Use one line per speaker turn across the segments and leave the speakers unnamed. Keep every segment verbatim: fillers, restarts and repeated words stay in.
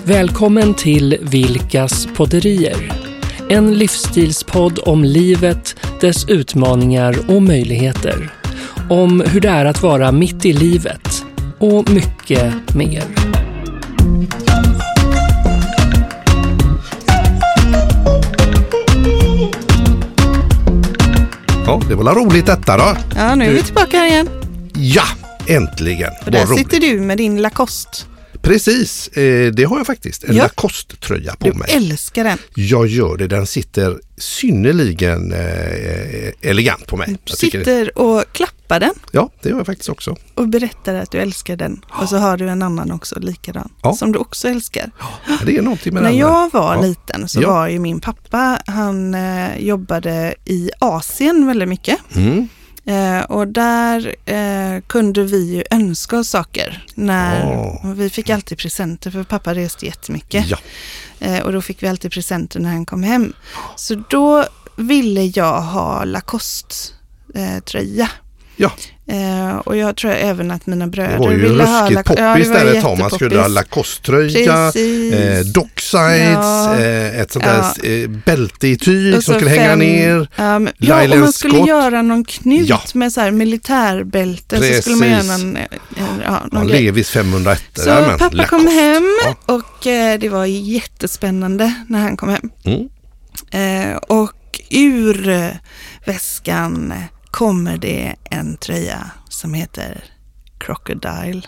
Välkommen till Vilkas podderier. En livsstilspodd om livet, dess utmaningar och möjligheter. Om hur det är att vara mitt i livet och mycket mer.
Ja, det var väl roligt detta då.
Ja, nu är vi tillbaka här igen.
Ja, äntligen.
Och där
roligt.
sitter du med din Lacoste.
Precis, eh, det har jag faktiskt. En
ja.
Lacoste-tröja på
du
mig.
Du älskar den.
Jag gör det, den sitter synnerligen eh, elegant på mig.
Du sitter och klappar den.
Ja, det gör jag faktiskt också.
Och berättar att du älskar den. Ja. Och så har du en annan också likadan. Ja. Som du också älskar.
Ja, det är någonting med
När
den.
jag var ja. liten så
ja.
var ju min pappa, han eh, jobbade i Asien väldigt mycket.
Mm.
Eh, och där eh, kunde vi ju önska oss saker. När
oh.
Vi fick alltid presenter för pappa reste jättemycket.
Ja.
Eh, och då fick vi alltid presenter när han kom hem. Så då ville jag ha Lacoste-tröja. Eh,
ja.
Eh, och jag tror även att mina bröder
ville ha
Lacoste.
Det var ju ruskigt poppis
ja,
där ett tag. Man skulle ha Lacoste-tröja, eh, docksides, ja. eh, ett sånt där ja. eh, bälte i tyg som skulle fem, hänga ner.
Um, ja, och man skulle göra någon knut ja. med så här militärbälte.
Precis.
Så skulle man göra någon, en, ja, någon
ja, Levis femhundraett.
Så där, men pappa Lacoste. kom hem ja. och eh, det var jättespännande när han kom hem.
Mm.
Eh, och ur eh, väskan kommer det en tröja som heter Crocodile.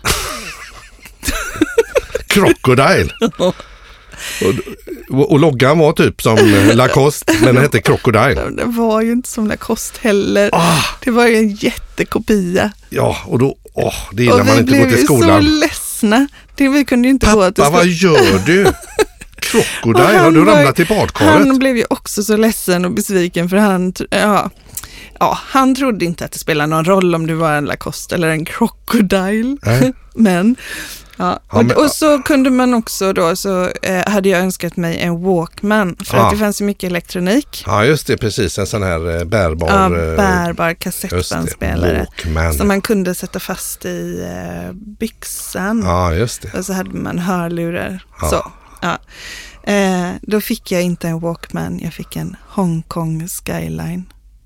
Crocodile? och, och, och loggan var typ som Lacoste, men den hette Crocodile.
Det var ju inte som Lacoste heller.
Ah.
Det var ju en jättekopia.
Ja, och då, åh, det gillar man inte gå till skolan.
Och vi blev så ledsna. Det, vi kunde ju inte
Pappa,
gå till skolan.
Vad gör du? Crocodile, har du ramlat i badkaret?
Han blev ju också så ledsen och besviken för han... Ja, Ja, han trodde inte att det spelade någon roll om du var en Lacoste eller en Crocodile. Äh. men, ja.
Ja, men,
och, och så kunde man också då, så eh, hade jag önskat mig en Walkman. För ah. att det fanns ju mycket elektronik.
Ja, just det, precis. En sån här eh, bärbar...
Ja, bärbar kassettbandspelare.
Walkman.
Som man kunde sätta fast i eh, byxan.
Ja, just det.
Och så hade man hörlurar.
Ja.
Så, ja. Eh, då fick jag inte en Walkman, jag fick en Hong Kong Skyline.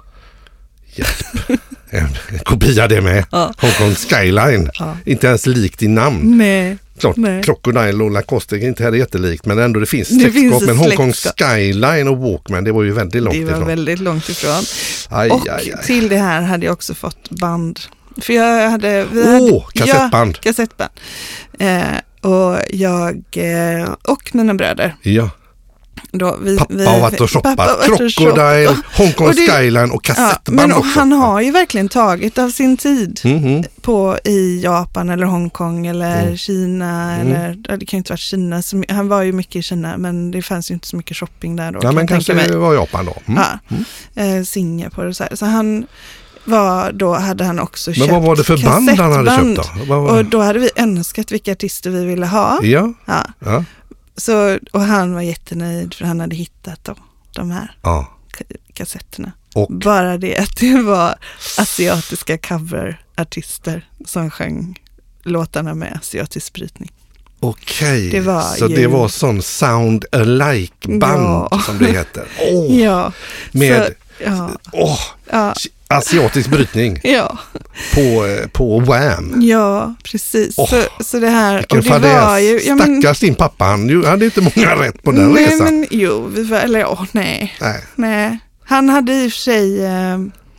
Hjälp. En, en kopia det med. Ja. Hong Kong Skyline. Ja. Inte ens likt i namn.
Nej.
Klart,
Nej.
Crocodile och Lacoste är inte här jättelikt, men ändå det finns släktskap. Men Hong Kong Skyline och Walkman, det var ju väldigt långt ifrån.
Det var
ifrån.
väldigt långt ifrån.
Aj,
och
aj, aj.
till det här hade jag också fått band. För jag hade...
Åh, oh, kassettband.
Ja, kassettband. Eh, och jag eh, och mina bröder.
Ja.
Då vi,
pappa
vi,
har varit och shoppat. Crocodile, och, Hong Kong det, Skyline och kassettband
ja, men
också.
Han har ju verkligen tagit av sin tid
mm-hmm.
på i Japan eller Hongkong eller mm. Kina.
Mm.
Eller, det kan ju inte vara Kina. Som, han var ju mycket i Kina, men det fanns ju inte så mycket shopping där då.
Ja, men kanske det var Japan då. Mm.
Ja, mm. eh, Singapore och så här. Så han var, då hade han också
men
köpt
vad var det för band han hade köpt då? Vad var...
Och då hade vi önskat vilka artister vi ville ha.
Ja,
ja.
ja.
Så, och han var jättenöjd för han hade hittat då, de här
ja.
k- kassetterna.
Och?
Bara det att det var asiatiska coverartister som sjöng låtarna med asiatisk brytning.
Okej,
det var
så ju... det var sån sound alike-band ja. som det heter. Oh.
Ja.
Med
så, ja.
Oh.
Ja.
asiatisk brytning.
Ja.
På, på Wham.
Ja, precis. Oh, så, så det här...
Vilken
och det
fadäs.
var ju, ja, men,
stackars din pappa, han hade inte många rätt på den
nej,
resan.
Men, jo, vi var, eller åh, nej.
nej.
Nej. Han hade i och för sig eh,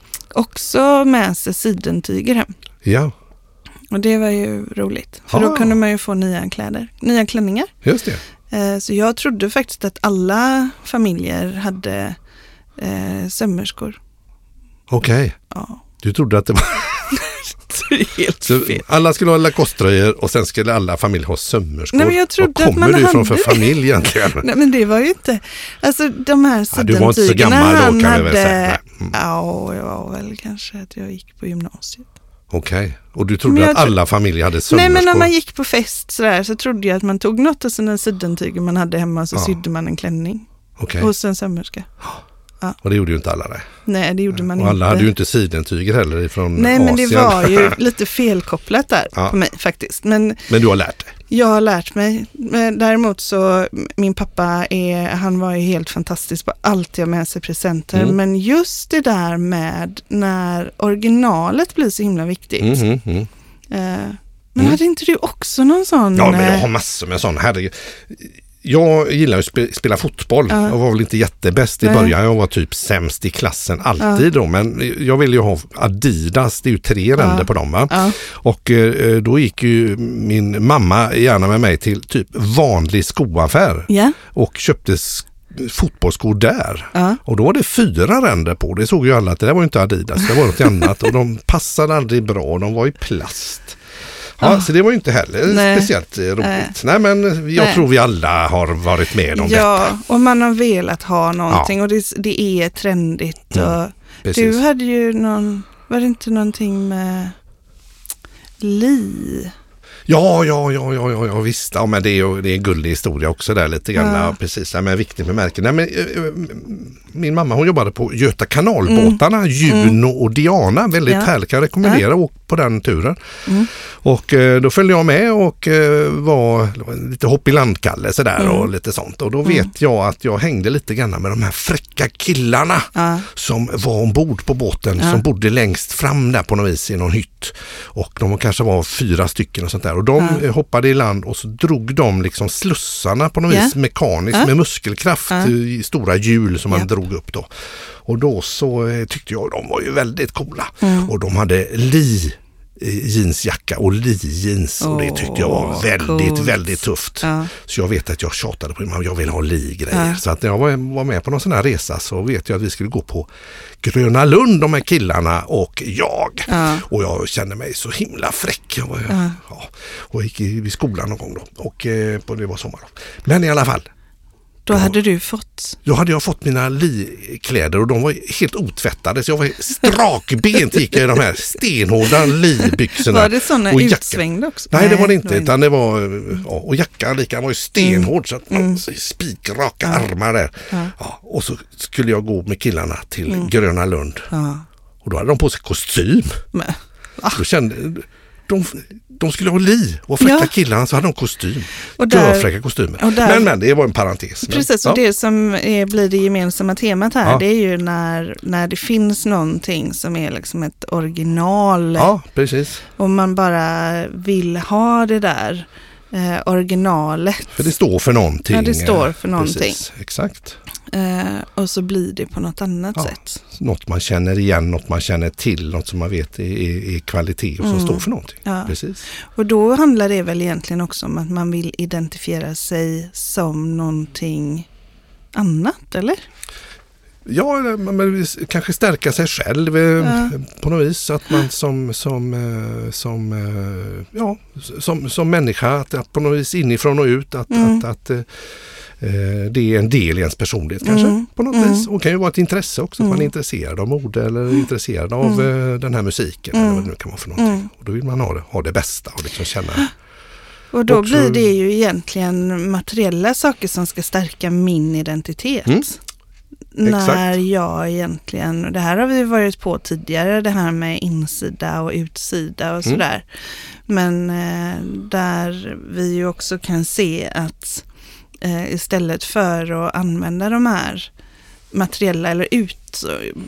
också med sig sidentyger hem.
Ja.
Och det var ju roligt. För
ah.
då kunde man ju få nya kläder. Nya klänningar.
Just det.
Eh, så jag trodde faktiskt att alla familjer hade eh, sömmerskor.
Okej. Okay.
Ja.
Du trodde att det var...
det är helt
så
fel.
Alla skulle ha Lacoste-tröjor och sen skulle alla familjer ha sömmerskor.
Nej, men jag trodde
Vad kommer
att man
du från för
det.
familj egentligen?
Nej, men det var ju inte... Alltså de här sidentygerna...
Ja, du var inte så gammal då, kan vi
hade,
väl säga. Mm.
Ja, jag var väl kanske att jag gick på gymnasiet.
Okej, okay. Och du trodde att alla familjer hade sömmerskor?
Nej, men när man gick på fest sådär, så trodde jag att man tog något av sina sidentyger man hade hemma, så ja. sydde man en klänning.
Okay.
Hos en sömmerska.
Ja. Och det gjorde ju inte alla det.
Nej, det gjorde man
och
inte.
alla hade ju inte sidentyger heller ifrån
Nej,
Asien.
men det var ju lite felkopplat där
ja.
på mig faktiskt. Men,
men du har lärt dig?
Jag har lärt mig. Men däremot så, min pappa är, han var ju helt fantastisk på allt jag med sig presenter. Mm. Men just det där med när originalet blir så himla viktigt. Mm, mm, mm. Eh, men mm. hade inte du också någon sån?
Ja, men jag har massor med sån. Herregud. Jag gillar att spe, spela fotboll. Ja. Jag var väl inte jättebäst i Nej. början. Jag var typ sämst i klassen alltid ja. då. Men jag ville ju ha Adidas. Det är ju tre ränder ja. på dem va? Ja. Och eh, då gick ju min mamma gärna med mig till typ vanlig skoaffär. Ja. Och köpte fotbollsskor där. Ja. Och då var det fyra ränder på. Det såg ju alla att det där var ju inte Adidas. Det var något annat. Och de passade aldrig bra. De var i plast. Ja, oh. Så det var ju inte heller Nej. speciellt roligt. Nej, Nej men jag Nej. tror vi alla har varit med om
ja,
detta.
Ja, och man har velat ha någonting ja. och det, det är trendigt. Mm, och du hade ju någon, var det inte någonting med li?
Ja, ja, ja, ja, ja, ja visst. Ja, men det är, det är en gullig historia också där lite grann. Ja. Ja, precis, ja, men viktigt med märken. Nej, men, min mamma hon jobbade på Göta kanalbåtarna, mm. Juno och Diana. Väldigt ja. härligt, kan jag rekommendera ja. åk på den turen. Mm. Och eh, då följde jag med och eh, var lite hopp i landkalle sådär mm. och lite sånt. Och då vet mm. jag att jag hängde lite grann med de här fräcka killarna ja. som var ombord på båten, ja. som bodde längst fram där på något vis i någon hytt. Och de kanske var fyra stycken och sånt där. Och de ja. hoppade i land och så drog de liksom slussarna på något ja. vis mekaniskt ja. med muskelkraft ja. i stora hjul som man ja. drog upp då. Och då så tyckte jag de var ju väldigt coola. Mm. Och de hade li jeansjacka och li jeans och det tyckte jag var väldigt, coolt. väldigt tufft. Ja. Så jag vet att jag tjatade på det, jag vill ha li-grejer. Ja. Så att när jag var, var med på någon sån här resa så vet jag att vi skulle gå på Gröna Lund, de här killarna och jag. Ja. Och jag kände mig så himla fräck. Jag var, ja. Ja, och gick i, i skolan någon gång då. Och eh, det var sommar då. Men i alla fall.
Då hade du fått?
Då hade jag fått mina li-kläder och de var helt otvättade. Så jag var strakbent gick i de här stenhårda li-byxorna.
Var det sådana utsvängda också?
Nej, det var det inte. Det var utan det var, ja, och jackan lika, var ju stenhård. Mm. Så att man mm. spikraka ja. armar där. Ja. Ja, och så skulle jag gå med killarna till mm. Gröna Lund. Ja. Och då hade de på sig kostym. Men, då kände de... De skulle ha li och fräcka ja. killarna så hade de kostym. Och där, fräcka kostymer. Och där, men, men det var en parentes.
Precis,
men,
och ja. det som är, blir det gemensamma temat här ja. det är ju när, när det finns någonting som är liksom ett original.
Ja, precis.
Och man bara vill ha det där eh, originalet.
För det står för någonting.
Ja, det står för någonting.
Precis, exakt.
Eh, och så blir det på något annat ja, sätt.
Något man känner igen, något man känner till, något som man vet är, är, är kvalitet och som mm. står för någonting. Ja. Precis.
Och då handlar det väl egentligen också om att man vill identifiera sig som någonting annat, eller?
Ja, man vill kanske stärka sig själv ja. på något vis. Att man som, som, som, ja, som, som människa, att, att på något vis inifrån och ut, att, mm. att, att, att det är en del i ens personlighet kanske mm. på något mm. vis. Och kan ju vara ett intresse också, mm. att man är intresserad av mode eller mm. intresserad av mm. den här musiken mm. eller vad det nu kan vara för någonting. Mm. Och då vill man ha det, ha det bästa och liksom känna.
Och då också, blir det ju egentligen materiella saker som ska stärka min identitet. Mm. När Exakt. jag egentligen, och det här har vi varit på tidigare, det här med insida och utsida och sådär. Mm. Men eh, där vi ju också kan se att eh, istället för att använda de här materiella eller ut,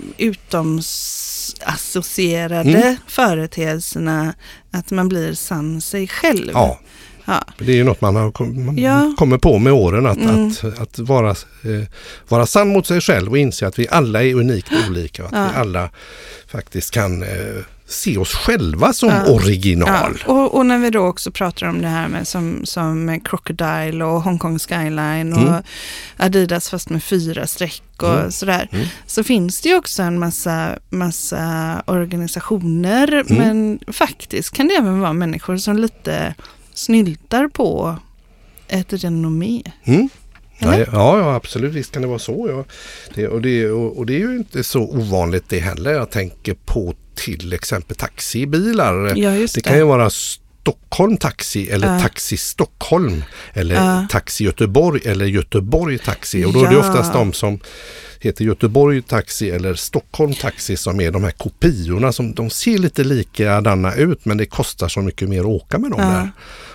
utomsassocierade mm. företeelserna, att man blir sann sig själv.
Ja. Ja. Det är ju något man har man ja. kommer på med åren att, mm. att, att vara, eh, vara sann mot sig själv och inse att vi alla är unikt olika och att ja. vi alla faktiskt kan eh, se oss själva som ja. original.
Ja. Och, och när vi då också pratar om det här med som, som Crocodile och Hong Kong Skyline och mm. Adidas fast med fyra streck och mm. sådär, mm. så finns det ju också en massa, massa organisationer mm. men faktiskt kan det även vara människor som lite snyltar på ett renommé.
Mm. Ja, ja, absolut. Visst kan det vara så. Ja. Det, och, det, och, och det är ju inte så ovanligt det heller. Jag tänker på till exempel taxibilar.
Ja, just
det.
det
kan ju vara Stockholm Taxi eller uh. Taxi Stockholm eller uh. Taxi Göteborg eller Göteborg Taxi. Och då ja. är det oftast de som heter Göteborg Taxi eller Stockholm Taxi som är de här kopiorna som de ser lite likadana ut men det kostar så mycket mer att åka med dem uh. där.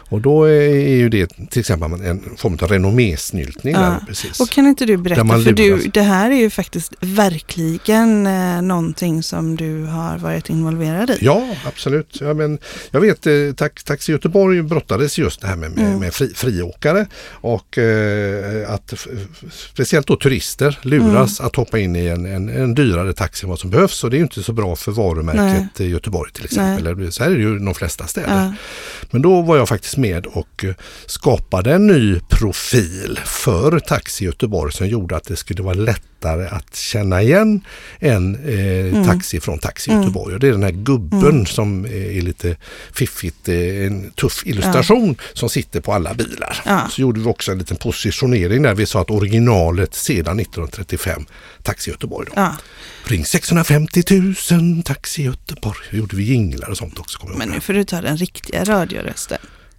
Och då är ju det till exempel en form av renommésnyltning.
Ja.
Där, precis.
Och kan inte du berätta, för du, det här är ju faktiskt verkligen eh, någonting som du har varit involverad i.
Ja, absolut. Ja, men jag vet, eh, tax, Taxi Göteborg brottades just det här med, med, mm. med fri, friåkare och eh, att f- speciellt då turister luras mm. att hoppa in i en, en, en dyrare taxi än vad som behövs, och det är ju inte så bra för varumärket Nej. Göteborg till exempel. Nej. Så här är det ju de flesta städer. Ja. Men då var jag faktiskt med och skapade en ny profil för Taxi Göteborg som gjorde att det skulle vara lättare att känna igen en eh, mm. taxi från Taxi Göteborg. Mm. Och det är den här gubben mm. som är lite fiffigt, en tuff illustration ja. som sitter på alla bilar. Ja. Så gjorde vi också en liten positionering där vi sa att originalet sedan nittonhundratrettiofem Taxi Göteborg då. Ja. Ring sexhundrafemtio tusen Taxi Göteborg. Då gjorde vi jinglar och sånt också.
Men nu får du ta den riktiga radiorösten.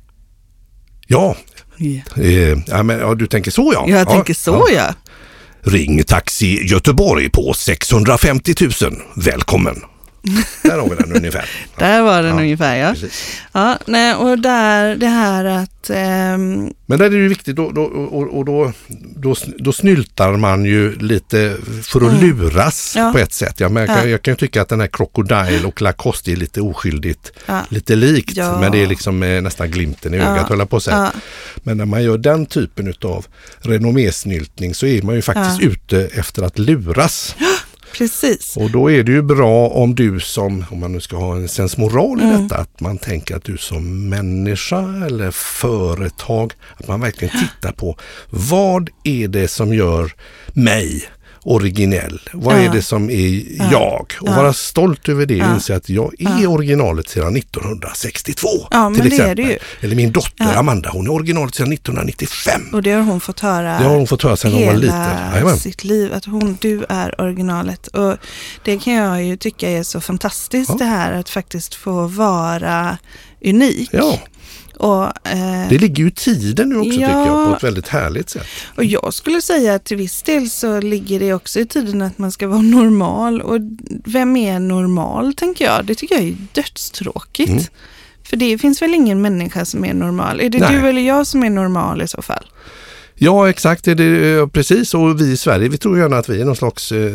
Ja. Yeah. Eh, ja, men, ja, du tänker så ja.
Jag
ja,
tänker så ja. ja.
Ring Taxi Göteborg på sexhundrafemtio tusen. Välkommen. Där har vi den ungefär. Ja.
Där var den
ja,
ungefär, ja.
Precis.
Ja, nej, och där det här att... Ehm...
Men där är det ju viktigt, då, då, och, och då, då, då snyltar man ju lite för att mm. luras ja. på ett sätt. Jag, men, ja. jag, jag kan ju tycka att den här Crocodile och Lacoste är lite oskyldigt, ja. lite likt. Ja. Men det är liksom eh, nästan glimten i ögat, ja. hålla på att säga. Ja. Men när man gör den typen av renommésnyltning så är man ju faktiskt ja. ute efter att luras.
Precis.
Och då är det ju bra om du som, om man nu ska ha en sensmoral i mm. detta, att man tänker att du som människa eller företag, att man verkligen tittar på vad är det som gör mig originell? Vad ja. är det som är ja. jag? Och ja. vara stolt över det och ja. inse att jag är ja. originalet sedan nittonhundrasextiotvå
ja,
till
men
exempel.
Det är det ju.
Eller min dotter
ja.
Amanda, hon är originalet sedan nittonhundranittiofem.
Och det har hon fått höra.
Det har hon fått höra sedan hon var liten.
Hela sitt liv, att hon, du är originalet. Och det kan jag ju tycka är så fantastiskt ja. det här att faktiskt få vara unik.
Ja.
Och, eh,
det ligger ju i tiden nu också ja, tycker jag på ett väldigt härligt sätt.
Och jag skulle säga att till viss del så ligger det också i tiden att man ska vara normal. Och vem är normal tänker jag? Det tycker jag är dödstråkigt. Mm. För det finns väl ingen människa som är normal. Är det Nej. du eller jag som är normal i så fall?
Ja, exakt. Det är det, precis. Och vi i Sverige, vi tror gärna att vi är någon slags eh,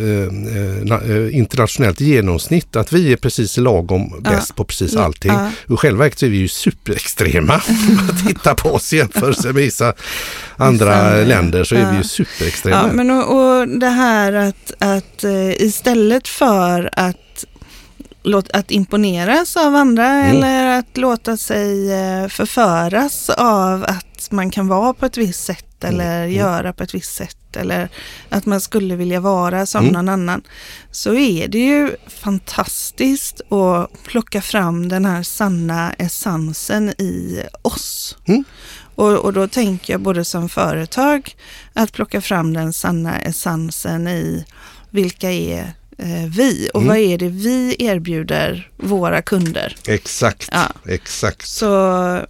eh, internationellt genomsnitt. Att vi är precis lagom ja. bäst på precis ja. allting. Ja. Och själva är vi ju superextrema. Att titta på oss jämfört med vissa andra så, länder så är ja. vi ju superextrema.
Ja, men och, och det här att, att uh, istället för att att imponeras av andra mm. eller att låta sig förföras av att man kan vara på ett visst sätt eller mm. göra på ett visst sätt eller att man skulle vilja vara som mm. någon annan, så är det ju fantastiskt att plocka fram den här sanna essensen i oss. Mm. Och, och då tänker jag både som företag att plocka fram den sanna essensen i vilka är vi och mm. vad är det vi erbjuder våra kunder.
Exakt, ja. exakt.
Så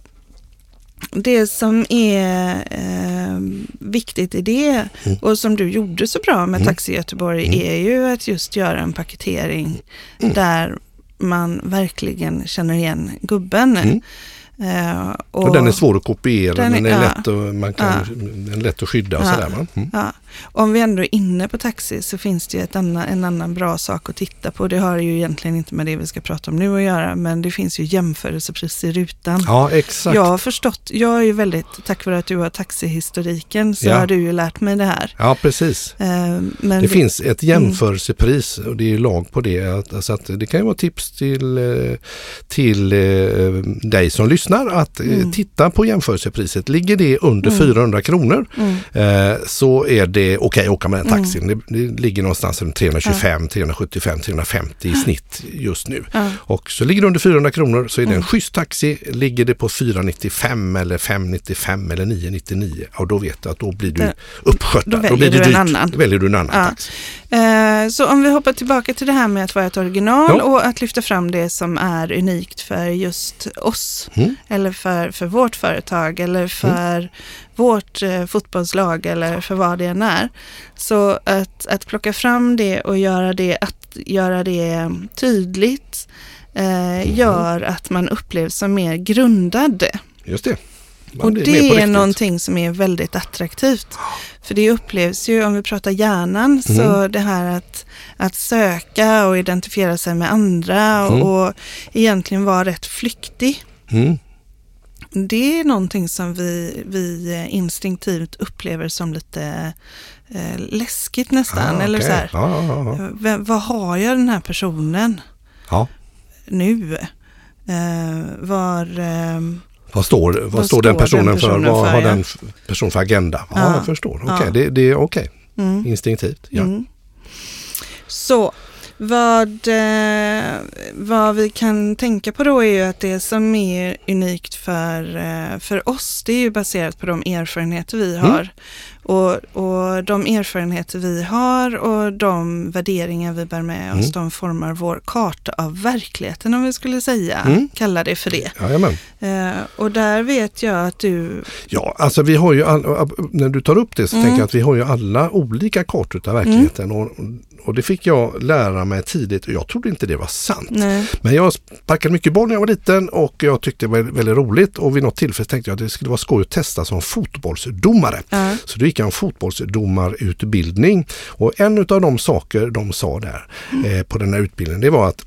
det som är eh, viktigt i det mm. och som du gjorde så bra med mm. Taxi Göteborg mm. är ju att just göra en paketering mm. där man verkligen känner igen gubben. Mm. Uh, och,
och den är svår att kopiera, den är, den är
ja,
lätt, att, man kan, ja. den är lätt att skydda och
ja,
sådär. Mm.
Ja. Om vi ändå är inne på Taxi så finns det ju ett annan, en annan bra sak att titta på. Det har ju egentligen inte med det vi ska prata om nu att göra, men det finns ju jämförelsepris i rutan.
Ja, exakt.
Jag har förstått, jag är ju väldigt, tack för att du har taxihistoriken så ja. har du ju lärt mig det här.
Ja, precis. Uh, men det, det finns ett jämförelsepris och det är lag på det. Alltså att det kan ju vara tips till, till dig som lyssnar att mm. titta på jämförelsepriset. Ligger det under mm. fyrahundra kronor mm. eh, så är det okej okay att åka med en taxi. Mm. Det, det ligger någonstans runt trehundratjugofem, ja. trehundrasjuttiofem, trehundrafemtio i snitt just nu. Ja. Och så ligger det under fyrahundra kronor så är det en mm. schysst taxi. Ligger det på fyrahundranittiofem eller femhundranittiofem eller niohundranittionio, och då vet du att då blir du det, uppsköttad.
Då väljer,
då blir
du
det
en
dyrt.
annan.
Då väljer du en annan
ja.
taxi.
Eh, så om vi hoppar tillbaka till det här med att vara ett original ja. och att lyfta fram det som är unikt för just oss. Mm. Eller för, för vårt företag eller för mm. vårt eh, fotbollslag eller för vad det än är. Så att, att plocka fram det och göra det, att göra det tydligt eh, mm. gör att man upplevs som mer grundad.
Just det. Man
och det är någonting som är väldigt attraktivt. För det upplevs ju, om vi pratar hjärnan, mm. så det här att, att söka och identifiera sig med andra mm. och, och egentligen vara rätt flyktig. Mm. Det är någonting som vi, vi instinktivt upplever som lite eh, läskigt nästan. Ah, okay. Eller så här, ah, ah, ah. V- vad har jag den här personen ah. nu? Eh, var... Eh,
Vad står, vad vad står den personen, den personen för? Vad för, har ja. den personen för agenda? Ja, ja jag förstår. Okej, okay. ja. det, det är okej. Okay. Mm. Instinktivt. Ja. Mm.
Så, vad, eh, vad vi kan tänka på då är ju att det som är unikt för, eh, för oss, det är ju baserat på de erfarenheter vi har. Mm. Och, och de erfarenheter vi har och de värderingar vi bär med oss, mm. de formar vår karta av verkligheten, om vi skulle säga. Mm. Kalla det för det.
Jajamän.
Eh, och där vet jag att du...
Ja, alltså vi har ju, all, när du tar upp det så mm. tänker jag att vi har ju alla olika kartor av verkligheten. Mm. Och, och det fick jag lära mig tidigt och jag trodde inte det var sant. Nej. Men jag sparkade mycket boll när jag var liten och jag tyckte det var väldigt roligt. Och vid något tillfälle tänkte jag att det skulle vara skoj att testa som fotbollsdomare. Mm. Så då gick jag en fotbollsdomarutbildning. Och en av de saker de sa där mm. eh, på den här utbildningen, det var att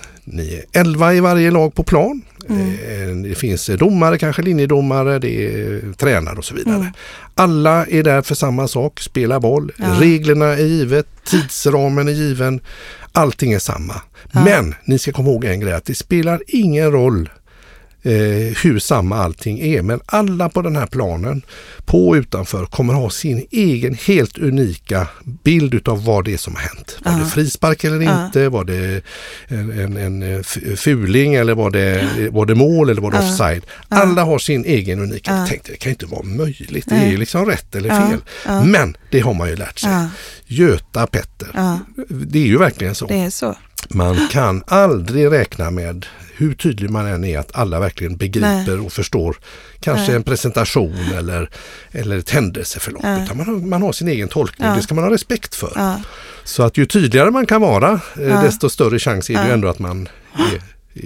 ni är elva i varje lag på plan. Mm. Det finns domare, kanske linjedomare, det är tränare och så vidare. Mm. Alla är där för samma sak, spela boll. Ja. Reglerna är givet, tidsramen är given. Allting är samma. Ja. Men ni ska komma ihåg en grej, att det spelar ingen roll eh, hur samma allting är. Men alla på den här planen, på och utanför, kommer ha sin egen helt unika bild utav vad det är som har hänt. Var uh-huh. det frispark eller inte? Uh-huh. Var det en, en, en fuling eller var det, var det mål eller var det uh-huh. offside? Alla har sin egen unika. Uh-huh. Jag tänkte, det kan inte vara möjligt. Det är liksom rätt eller fel. Uh-huh. Men det har man ju lärt sig. Uh-huh. Göta Petter. Uh-huh. Det är ju verkligen så.
Det är så.
Man kan aldrig räkna med, hur tydlig man än är, att alla verkligen begriper Nej. och förstår kanske Nej. en presentation eller, eller ett händelseförlopp. Ja. Utan man, har, man har sin egen tolkning. Ja. Det ska man ha respekt för. Ja. Så att ju tydligare man kan vara, ja. desto större chans är det ja. ju ändå att man är,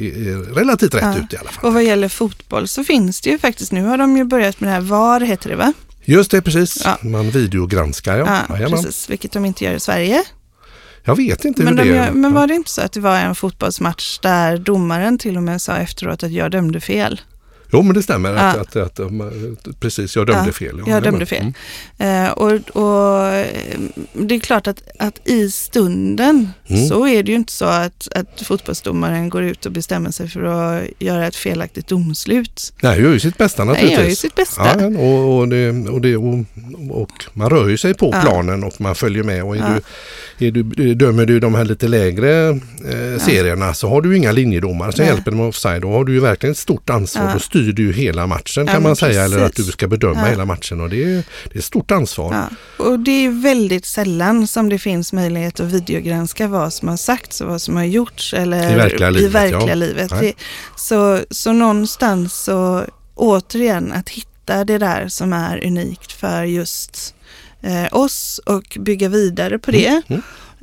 är relativt rätt ja. ut i alla fall.
Och vad gäller fotboll så finns det ju faktiskt, nu har de ju börjat med det här, V A R heter det va?
Just det, precis. Ja. Man videogranskar, ja.
ja precis, vilket de inte gör i Sverige.
Jag vet inte
men
hur det
är.
är.
Men var det inte så att det var en fotbollsmatch där domaren till och med sa efteråt att jag dömde fel?
Jo, men det stämmer. Ja. Att, att, att, att, precis, jag dömde ja, fel.
Ja, jag dömde fel. Mm. Uh, och, och det är klart att, att i stunden mm. så är det ju inte så att, att fotbollsdomaren går ut och bestämmer sig för att göra ett felaktigt domslut. Nej,
gör ju sitt bästa naturligtvis.
Nej, gör ju sitt bästa.
Ja, och, och, det, och, det, och, och man rör ju sig på ja. planen och man följer med. Och är ja. du, är du, dömer du de här lite lägre eh, ja. serierna så har du inga linjedomare som hjälper dem med offside. Då har du ju verkligen ett stort ansvar ja. och styr du ju hela matchen kan ja, man säga, precis. Eller att du ska bedöma ja. hela matchen och det är, det är ett stort ansvar.
Ja. Och det är väldigt sällan som det finns möjlighet att videogranska vad som har sagts och vad som har gjorts eller
i verkliga livet.
I verkliga
ja.
livet. Det, så, så någonstans så återigen att hitta det där som är unikt för just eh, oss och bygga vidare på det. Mm. Mm.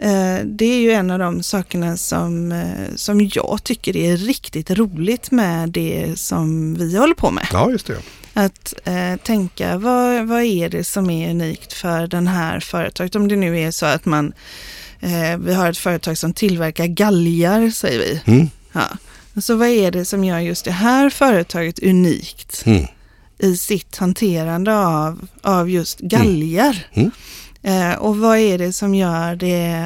Det är ju en av de sakerna som, som jag tycker är riktigt roligt med det som vi håller på med.
Ja, just det.
Att eh, tänka, vad, vad är det som är unikt för den här företaget? Om det nu är så att man, eh, vi har ett företag som tillverkar galgar, säger vi. Mm. Ja. Så vad är det som gör just det här företaget unikt mm. i sitt hanterande av, av just galgar? Mm. Mm. Eh, och vad är det som gör det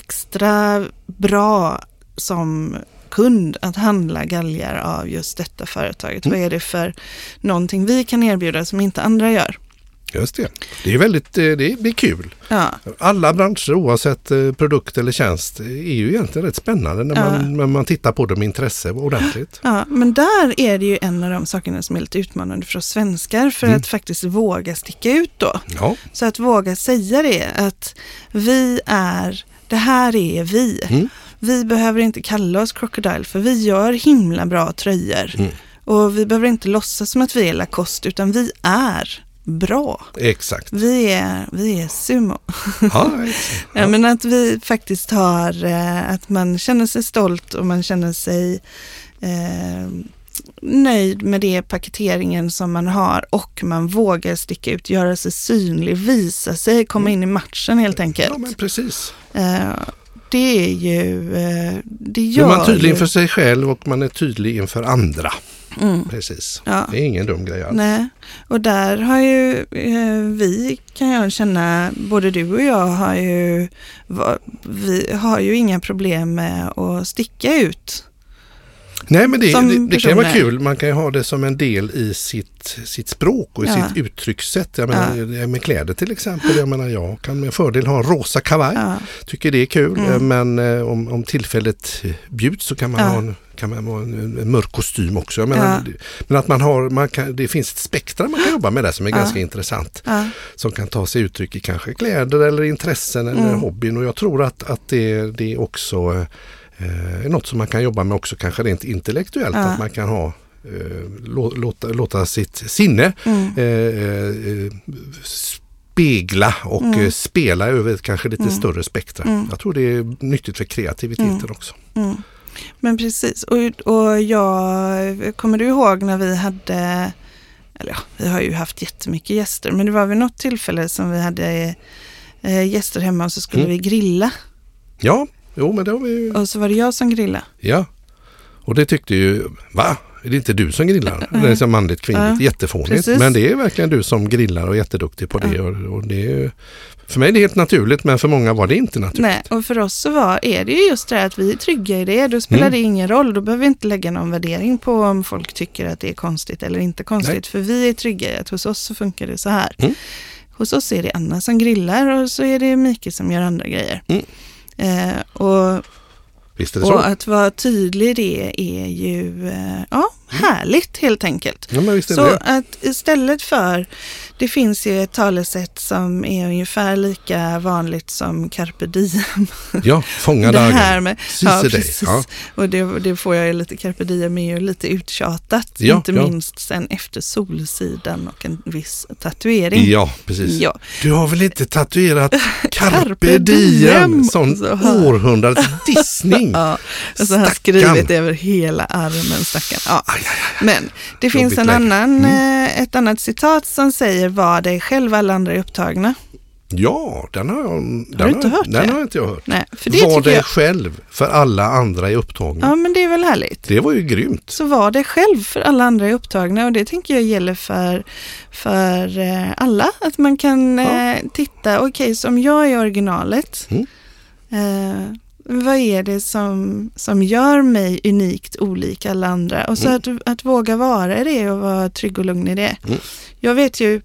extra bra som kund att handla galgar av just detta företaget? Mm. Vad är det för någonting vi kan erbjuda som inte andra gör?
Just det. Det är väldigt det är, det är kul.
Ja.
Alla branscher oavsett produkt eller tjänst är ju egentligen rätt spännande när man, ja. när man tittar på dem med intresse ordentligt.
Ja, men där är det ju en av de sakerna som är lite utmanande för oss svenskar för mm. att faktiskt våga sticka ut då.
Ja.
Så att våga säga det att vi är, det här är vi. Mm. Vi behöver inte kalla oss Crocodile för vi gör himla bra tröjor. Mm. Och vi behöver inte låtsas som att vi är Lacoste utan vi är bra.
Exakt.
Vi är, vi är sumo.
Ja, ja.
Ja, men att vi faktiskt har, att man känner sig stolt och man känner sig eh, nöjd med det paketeringen som man har och man vågar sticka ut, göra sig synlig, visa sig, komma in i matchen helt enkelt.
Ja, men precis.
Uh, det är ju... Uh, det gör
är man tydlig
ju...
inför sig själv och man är tydlig inför andra.
Mm.
Precis.
Ja.
Det är ingen dum grej alls.
Nej, och där har ju eh, vi, kan jag känna, både du och jag har ju, va, vi har ju inga problem med att sticka ut.
Nej, men det, det, det kan ju vara
personer.
kul. Man kan ju ha det som en del i sitt, sitt språk och i
Ja.
sitt uttryckssätt. Jag menar,
Ja.
med kläder till exempel. Jag menar, jag kan med fördel ha en rosa kavaj.
Ja.
Tycker det är kul.
Mm.
Men eh, om, om tillfället bjuds så kan man
Ja.
ha en, kan man ha en, en mörk kostym också. Jag menar,
Ja.
det, men att man har, man kan, det finns ett spektra man kan jobba med där som är
Ja.
ganska intressant.
Ja.
Som kan ta sig uttryck i kanske kläder eller intressen eller
Mm.
hobbyn. Och jag tror att, att det, det är också... Eh, något som man kan jobba med också kanske rent intellektuellt,
Ja.
att man kan ha eh, lå, låta, låta sitt sinne
Mm.
eh, eh, spegla och
Mm.
eh, spela över kanske lite
Mm.
större spektra.
Mm.
Jag tror det är nyttigt för kreativiteten
Mm.
också.
Mm. Men precis, och, och jag, kommer du ihåg när vi hade, eller ja, vi har ju haft jättemycket gäster, men det var vid något tillfälle som vi hade eh, gäster hemma och så skulle
Mm.
vi grilla.
Ja, jo men det har vi ju.
Och så var det jag som grillade.
Ja, och det tyckte ju, va? Är det inte du som grillar? Det är som manligt, kvinnligt,
Ja,
jättefånigt.
precis.
Men det är verkligen du som grillar och är jätteduktig på det.
Ja.
Och, och det är, för mig är det helt naturligt, men för många var det inte naturligt.
Nej, och för oss så var, är det ju just det här att vi är trygga i det. Då spelar
Mm.
det ingen roll. Då behöver vi inte lägga någon värdering på om folk tycker att det är konstigt eller inte konstigt.
Nej.
För vi är trygga i att hos oss så funkar det så här.
Mm.
Hos oss är det Anna som grillar och så är det Mikael som gör andra grejer.
Mm.
Eh, och
Visst är det så?
Och att vara tydlig i det är ju eh, ja, härligt helt enkelt.
Ja, men visst är
Så
det.
att istället för, det finns ju ett talesätt som är ungefär lika vanligt som carpe diem.
Ja, fånga
det
dagen.
här med, ja,
Seize day.
precis.
Ja.
Och det, det får jag ju lite, carpe diem är ju lite uttjatat.
Ja,
inte
ja.
minst sen efter Solsidan och en viss tatuering.
Ja, precis.
Ja.
Du har väl inte tatuerat carpe
Carpe
diem?
diem.
Sån
Så här.
århundradets dissning.
Ja, och så har jag skrivit över hela armen, stackarn. Ja.
Aj, aj, aj.
Men det finns
Jobbigt
en
läge.
annan,
Mm.
eh, ett annat citat som säger var dig själv, alla andra är upptagna.
Ja, den har jag, den
du inte hört
Den
det?
har inte jag hört.
Nej, för det
Var
tycker
dig
jag,
själv för alla andra är upptagna.
ja men det är väl härligt.
Det var ju grymt.
Så var dig själv för alla andra är upptagna och det tänker jag gäller för, för eh, alla. Att man kan
Ja.
eh, titta, okej okay, som jag är originalet,
Mm.
eh, vad är det som, som gör mig unikt olik alla andra? Och så
Mm.
att, att våga vara i det och vara trygg och lugn i det.
Mm.
Jag vet ju,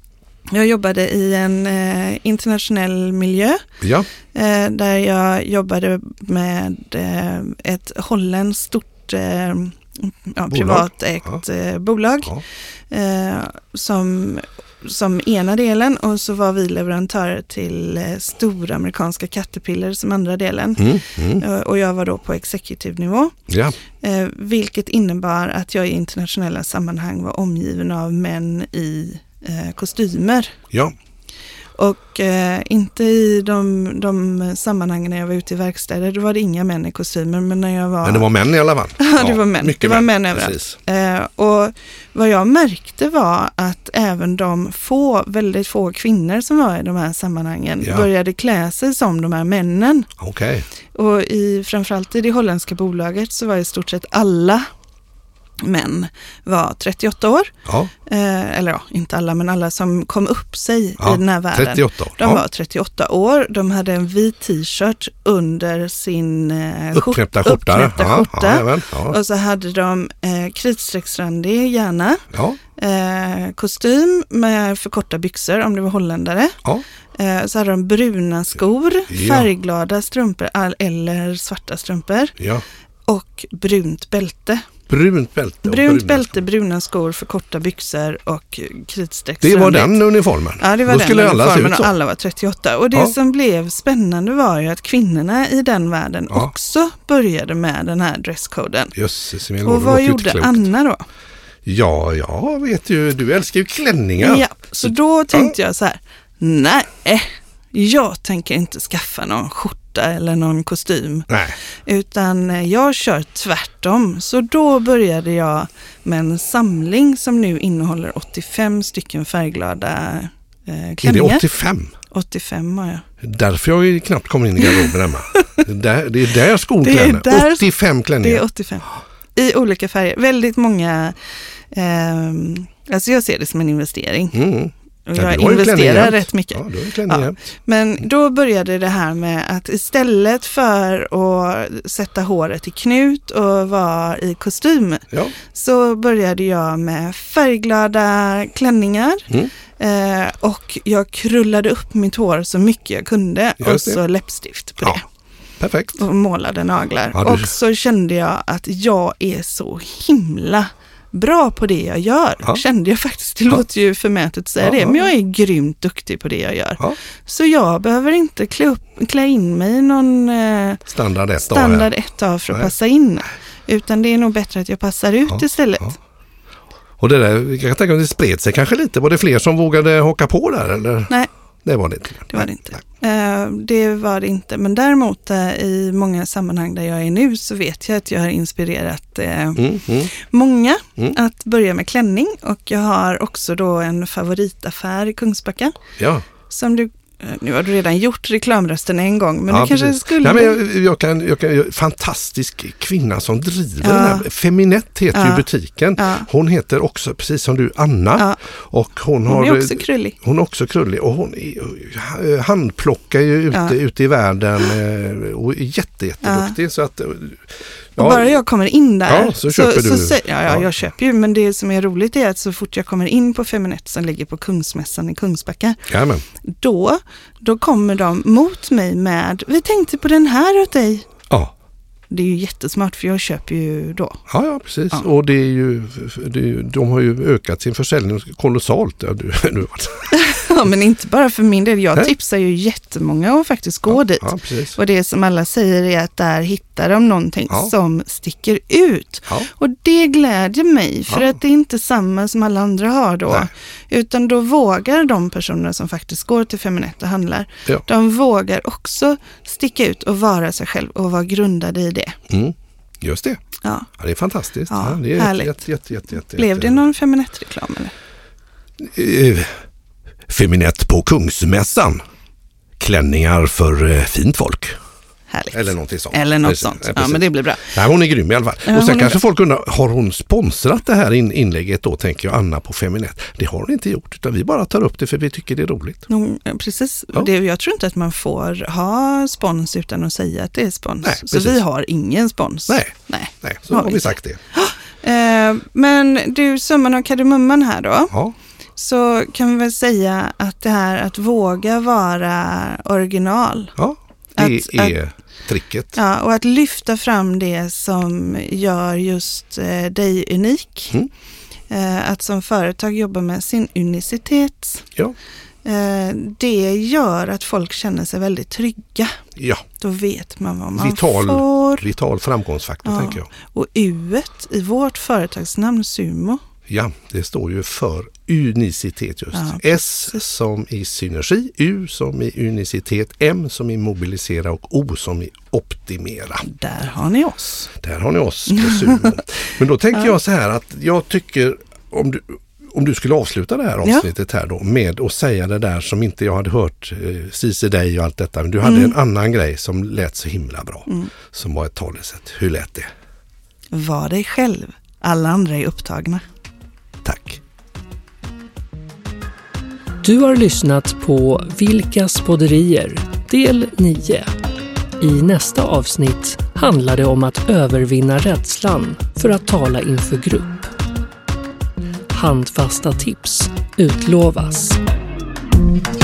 jag jobbade i en eh, internationell miljö
Ja,
eh, där jag jobbade med eh, ett holländskt stort eh, ja, privatägt eh, bolag
ja.
eh, som, som ena delen och så var vi leverantörer till eh, stora amerikanska Caterpillar som andra delen.
Mm, mm.
Eh, och jag var då på executive nivå.
Ja.
Eh, vilket innebar att jag i internationella sammanhang var omgiven av män i eh, kostymer.
Ja.
Och eh, inte i de, de sammanhangen när jag var ute i verkstäder, då var det inga män i kostymer. Men när jag var...
Men det var män i alla fall.
Ja, det var män.
Mycket
Det var män
Precis.
överallt. Eh, och vad jag märkte var att även de få, väldigt få kvinnor som var i de här sammanhangen
Ja.
började klä sig som de här männen.
Okej.
Och i, framförallt i det holländska bolaget så var i stort sett alla män var trettioåtta år.
Ja.
Eh, eller ja, inte alla, men alla som kom upp sig
Ja,
i den här världen.
trettioåtta år.
De
Ja.
var trettioåtta år. De hade en vit t-shirt under sin eh,
Uppknäppta skjorta.
uppknäppta
Ja,
skjorta.
ja, även. Ja.
Och så hade de eh, kritstrecksrandig hjärna,
Ja.
eh, kostym med för korta byxor om det var holländare.
Ja.
Eh, så hade de bruna skor,
Ja.
färgglada strumpor all, eller svarta strumpor
Ja.
och brunt bälte.
Brunt bälte. och
Brunt
bruna
bälte,
skor.
bruna skor för korta byxor och kritstrecksrandigt.
Det var den uniformen.
Ja, det var
Då
den
skulle alla se
uniformen
ut
och
så.
alla var trettioåtta. Och det
Ja.
som blev spännande var ju att kvinnorna i den världen
Ja.
också började med den här dresskoden.
Jösses, Emil,
Och
det
vad
låter ju
gjorde
inte klokt.
Anna då?
Ja, jag vet ju. Du älskar ju klänningar.
Ja, så då tänkte jag så här, nej, jag tänker inte skaffa någon skjorta skjorta eller någon kostym.
Nej.
Utan jag kör tvärtom. Så då började jag med en samling som nu innehåller åttiofem stycken färgglada eh, klänningar.
Är det åttiofem?
åttiofem har jag.
Därför jag ju knappt kommer in i garderoben hemma. det, är, det är där skon klänner.
Där,
åttiofem klänningar.
Det är åttiofem. I olika färger. Väldigt många... Eh, alltså jag ser det som en investering.
Mm.
Och jag ja, investerar rätt mycket.
Ja, ja.
Men då började det här med att istället för att sätta håret i knut och vara i kostym
ja.
så började jag med färgglada klänningar. Mm. Eh, och jag krullade upp mitt hår så mycket jag kunde. Just och så det. läppstift på
ja.
det.
Perfekt.
Och målade naglar.
Ja, du...
Och så kände jag att jag är så himla bra på det jag gör. Ja. Kände jag faktiskt. Det ja. låter ju förmätet att säga ja, det. Ja. Men jag är grymt duktig på det jag gör. Ja. Så jag behöver inte klä, upp, klä in mig i någon eh,
standard ett
standard ett av för att Nej. passa in. Utan det är nog bättre att jag passar ut ja. istället. Ja.
Och det där, jag kan tänka att det spred sig kanske lite. Var det fler som vågade haka på där? Eller?
Nej.
Det var det inte.
Det var det inte. Uh, det var det inte. Men däremot uh, i många sammanhang där jag är nu så vet jag att jag har inspirerat uh, mm, mm. många mm. att börja med klänning. Och jag har också då en favoritaffär i Kungsbacka.
Ja.
Som du, nu har du redan gjort reklamrösten en gång, men ja, du kanske
precis.
skulle...
Nej, men jag, jag kan, jag kan, fantastisk kvinna som driver ja. den här. Feminett heter ja. ju butiken. Ja. Hon heter också, precis som du, Anna. Ja. Och hon,
hon
har,
är också krullig.
Hon är också krullig och hon är, handplockar ju ute, ja. ute i världen och är jätte, jätteduktig. Ja. Så att...
Ja. Och bara jag kommer in där
ja, så köper
så,
du.
Så, ja, ja, ja, jag köper ju. Men det som är roligt är att så fort jag kommer in på Feminett som ligger på Kungsmässan i Kungsbacka,
Jajamän.
då, då kommer de mot mig med, vi tänkte på den här åt dig.
Ja.
Det är ju jättesmart för jag köper ju då.
Ja, ja precis. Ja. Och det är ju, det är ju, de har ju ökat sin försäljning kolossalt. Ja, du, du.
Ja, men inte bara för min del. Jag Nej. tipsar ju jättemånga att faktiskt gå
ja,
dit.
Ja,
och det som alla säger är att där hittar de någonting ja. som sticker ut.
Ja.
Och det glädjer mig för ja. att det är inte samma som alla andra har då.
Nej.
Utan då vågar de personer som faktiskt går till Feminett och handlar,
ja.
de vågar också sticka ut och vara sig själv och vara grundade i det.
Mm. Just det.
Ja.
Ja, det är fantastiskt.
Ja,
ja, det är
härligt.
Jätte, jätte, jätte, jätte,
Blev det någon Feminett-reklam eller?
Uh, Feminett på Kungsmässan. Klänningar för uh, fint folk.
Härligt.
Eller någonting sånt.
Eller något sånt. Ja, ja, men det blir bra.
Nej, hon är grym i alla fall.
Ja,
och sen kanske
är...
folk undrar, har hon sponsrat det här in- inlägget då, tänker jag, Anna på Feminett? Det har hon inte gjort, utan vi bara tar upp det för vi tycker det är roligt.
No, precis.
Ja.
Det, jag tror inte att man får ha spons utan att säga att det är spons.
Nej,
så vi har ingen spons.
Nej,
Nej.
Nej så har, har vi sagt det.
Eh, men du, summan av kardemumman här då.
Ja.
Så kan vi väl säga att det här att våga vara original.
Ja, det
att,
är
att,
tricket.
Ja, och att lyfta fram det som gör just eh, dig unik.
Mm.
Eh, att som företag jobba med sin unicitet.
Ja.
Eh, det gör att folk känner sig väldigt trygga.
Ja.
Då vet man vad man
vital,
får.
Vital framgångsfaktor,
ja.
tänker jag.
Och U-et i vårt företagsnamn Sumo.
Ja, det står ju för unicitet just. Ja, S som i synergi, U som i unicitet, M som i mobilisera och O som i optimera.
Där har ni oss.
Där har ni oss på Sumo. Men då tänker ja. jag så här att jag tycker om du, om du skulle avsluta det här avsnittet ja. här då med att säga det där som inte jag hade hört eh, Cici dig och allt detta. Men du hade mm. en annan grej som lät så himla bra. Mm. Som var ett talesätt. Hur lät det?
Var dig själv. Alla andra är upptagna.
Tack.
Du har lyssnat på Vilkas podderier, del nio. I nästa avsnitt handlar det om att övervinna rädslan för att tala inför grupp. Handfasta tips utlovas.